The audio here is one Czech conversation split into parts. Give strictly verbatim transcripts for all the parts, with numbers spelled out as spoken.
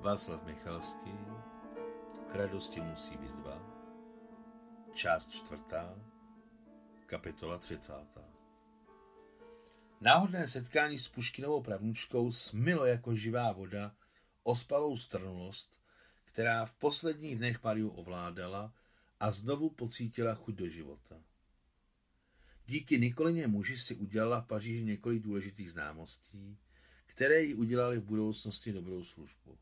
Václav Michalský, K radosti musí být dva, část čtvrtá, kapitola třicátá. Náhodné setkání s Puškinovou pravnučkou smylo jako živá voda ospalou strnulost, která v posledních dnech Mariu ovládala a znovu pocítila chuť do života. Díky Nikolině muži si udělala v Paříži několik důležitých známostí, které jí udělali v budoucnosti dobrou službu.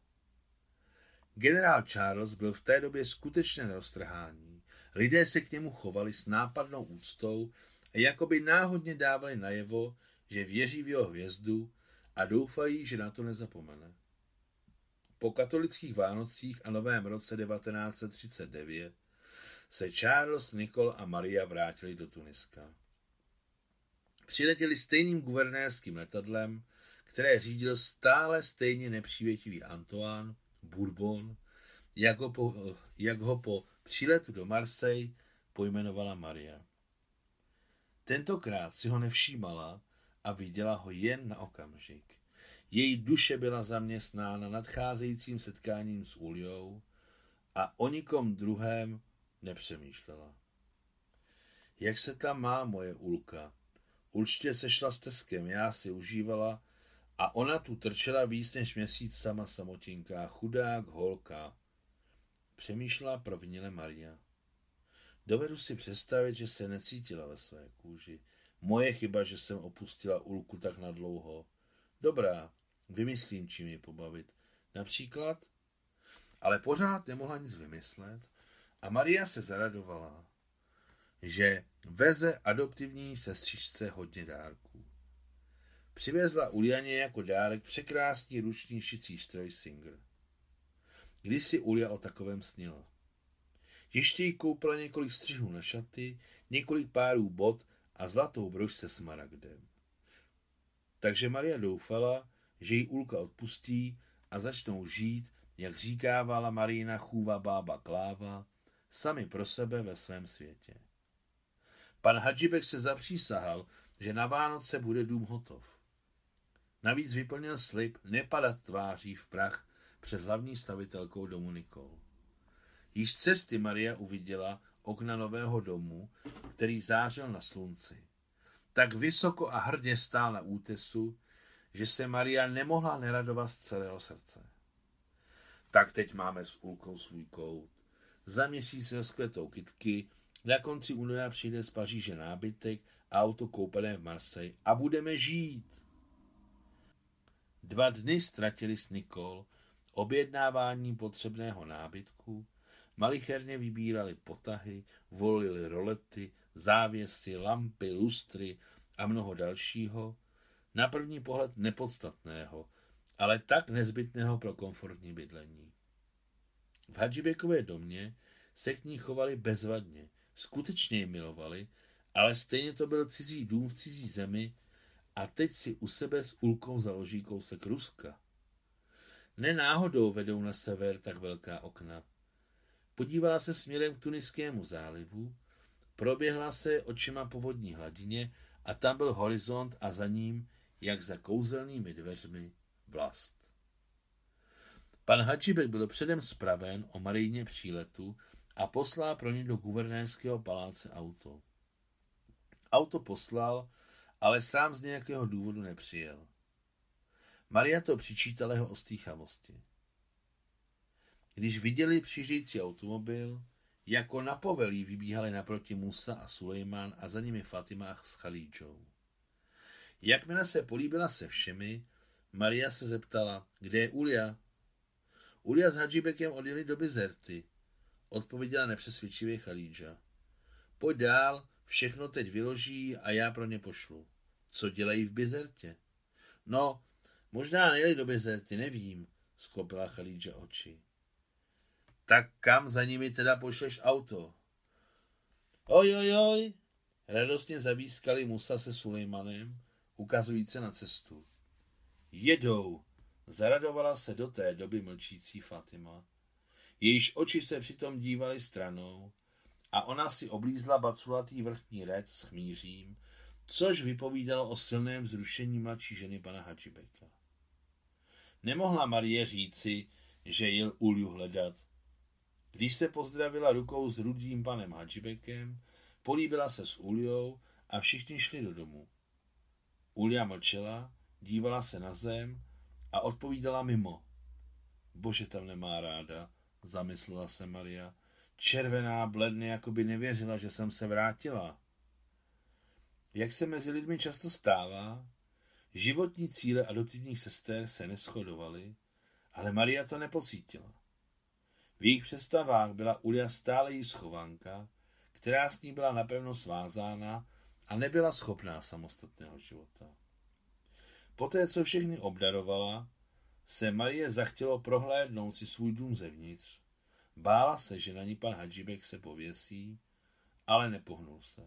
Generál Charles byl v té době skutečně na roztrhání. Lidé se k němu chovali s nápadnou úctou a jakoby náhodně dávali najevo, že věří v jeho hvězdu a doufají, že na to nezapomene. Po katolických Vánocích a Novém roce devatenáct set třicet devět se Charles, Nicole a Maria vrátili do Tuniska. Přiletěli stejným guvernérským letadlem, které řídil stále stejně nepřívětivý Antoine Bourbon, jak ho po, jak ho po příletu do Marseille pojmenovala Maria. Tentokrát si ho nevšímala a viděla ho jen na okamžik. Její duše byla zaměstnána nadcházejícím setkáním s Uliou a o nikom druhém nepřemýšlela. Jak se tam má moje Ulka? Určitě sešla s Teskem, já si užívala a ona tu trčela víc než měsíc sama samotinká, chudák, holka. Přemýšlela provinile Maria. Dovedu si představit, že se necítila ve své kůži. Moje chyba, že jsem opustila Ulku tak nadlouho. Dobrá, vymyslím, čím ji pobavit. Například? Ale pořád nemohla nic vymyslet a Maria se zaradovala, že veze adoptivní sestřičce hodně dárků. Přivezla Ulianě jako dárek překrásný ruční šicí stroj Singer. Když si Ulia o takovém snila. Ještě jí koupila několik střihů na šaty, několik párů bot a zlatou brož se smaragdem. Takže Maria doufala, že jí Ulka odpustí a začnou žít, jak říkávala Marína chůva bába Kláva, sami pro sebe ve svém světě. Pan Hadžibek se zapřísahal, že na Vánoce bude dům hotov. Navíc vyplnil slib nepadat tváří v prach před hlavní stavitelkou domu Nicole. Již z cesty Maria uviděla okna nového domu, který zářil na slunci. Tak vysoko a hrdě stál na útesu, že se Maria nemohla neradovat z celého srdce. Tak teď máme s Ulkou svůj kout. Za měsíc se rozkvetou kytky, na konci února přijde z Paříže nábytek a auto koupené v Marseille a budeme žít. Dva dny ztratili s Nicole objednávání potřebného nábytku, malicherně vybírali potahy, volili rolety, závěsy, lampy, lustry a mnoho dalšího, na první pohled nepodstatného, ale tak nezbytného pro komfortní bydlení. V Hadžibekově domě se k ní chovali bezvadně, skutečně ji milovali, ale stejně to byl cizí dům v cizí zemi a teď si u sebe s Ulkou založí kousek Ruska. Nenáhodou vedou na sever tak velká okna. Podívala se směrem k Tuniskému zálivu, proběhla se očima po vodní hladině a tam byl horizont a za ním, jak za kouzelnými dveřmi, vlast. Pan Hadžibek byl předem zpraven o Marijně příletu a poslal pro ně do guvernérského paláce auto. Auto poslal, ale sám z nějakého důvodu nepřijel. Maria to přičítala jeho ostýchavosti. Když viděli přijíždějící automobil, jako na povelí vybíhali naproti Musa a Sulejman a za nimi Fatima s Chalídžou. Jakmile se políbila se všemi, Maria se zeptala, kde je Ulia? Ulia s Hadžibekem odjeli do Bizerty, odpověděla nepřesvědčivě Chalídža. Pojď dál, všechno teď vyloží a já pro ně pošlu. Co dělají v Bizertě? No, možná nejeli do Bizerty, nevím, sklopila Chalídža oči. Tak kam za nimi teda pošleš auto? Oj, oj, oj, radostně zavískali Musa se Sulejmanem, ukazující na cestu. Jedou, zaradovala se do té doby mlčící Fatima. Jejíž oči se přitom dívaly stranou a ona si oblízla baculatý vrchní red s chmýřím, což vypovídalo o silném zrušení mladší ženy pana Hadžibeka. Nemohla Marie říci, že jel Ulju hledat. Když se pozdravila rukou s rudým panem Hadžibekem, políbila se s Uljou a všichni šli do domu. Ulja mlčela, dívala se na zem a odpovídala mimo. Bože, tam nemá ráda, zamyslela se Maria. Červená, bledně, jako by nevěřila, že jsem se vrátila. Jak se mezi lidmi často stává, životní cíle adoptivních sester se neshodovaly, ale Maria to nepocítila. V jejich představách byla Ulja stále jí schovanka, která s ní byla napevno svázána a nebyla schopná samostatného života. Poté, co všechny obdarovala, se Marie zachtělo prohlédnout si svůj dům zevnitř. Bála se, že na ní pan Hadžibek se pověsí, ale nepohnul se.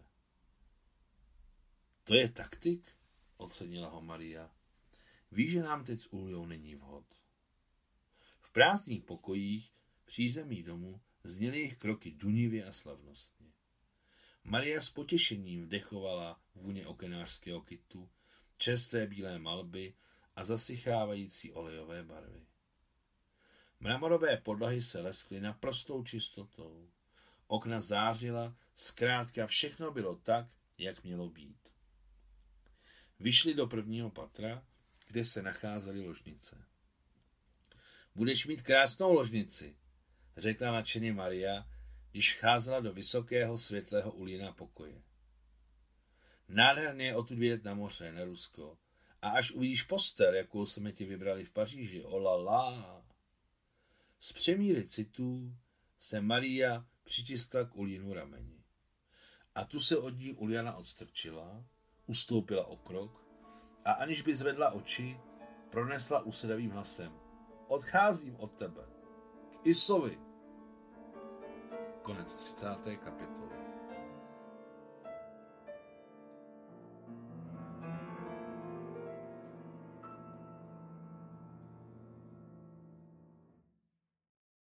To je taktik? Ocenila ho Maria. Ví, že nám teď s Uljou není vhod. V prázdných pokojích přízemí domu zněly jejich kroky dunivě a slavnostně. Maria s potěšením vdechovala vůně okenářského kytu, čerstvé bílé malby a zasychávající olejové barvy. Mramorové podlahy se leskly naprostou čistotou. Okna zářila, zkrátka všechno bylo tak, jak mělo být. Vyšli do prvního patra, kde se nacházely ložnice. Budeš mít krásnou ložnici, řekla nadšeně Maria, když vcházela do vysokého světlého Uljina pokoje. Nádherně je odtud vidět na moře, na Rusko. A až uvidíš postel, jakou jsme ti vybrali v Paříži, olala. Z přemíry citů se Maria přitiskla k Uljinu rameni. A tu se od ní Uljana odstrčila, ustoupila o krok a aniž by zvedla oči, pronesla usedavým hlasem. Odcházím od tebe. K Isovi. Konec třicáté kapitoly.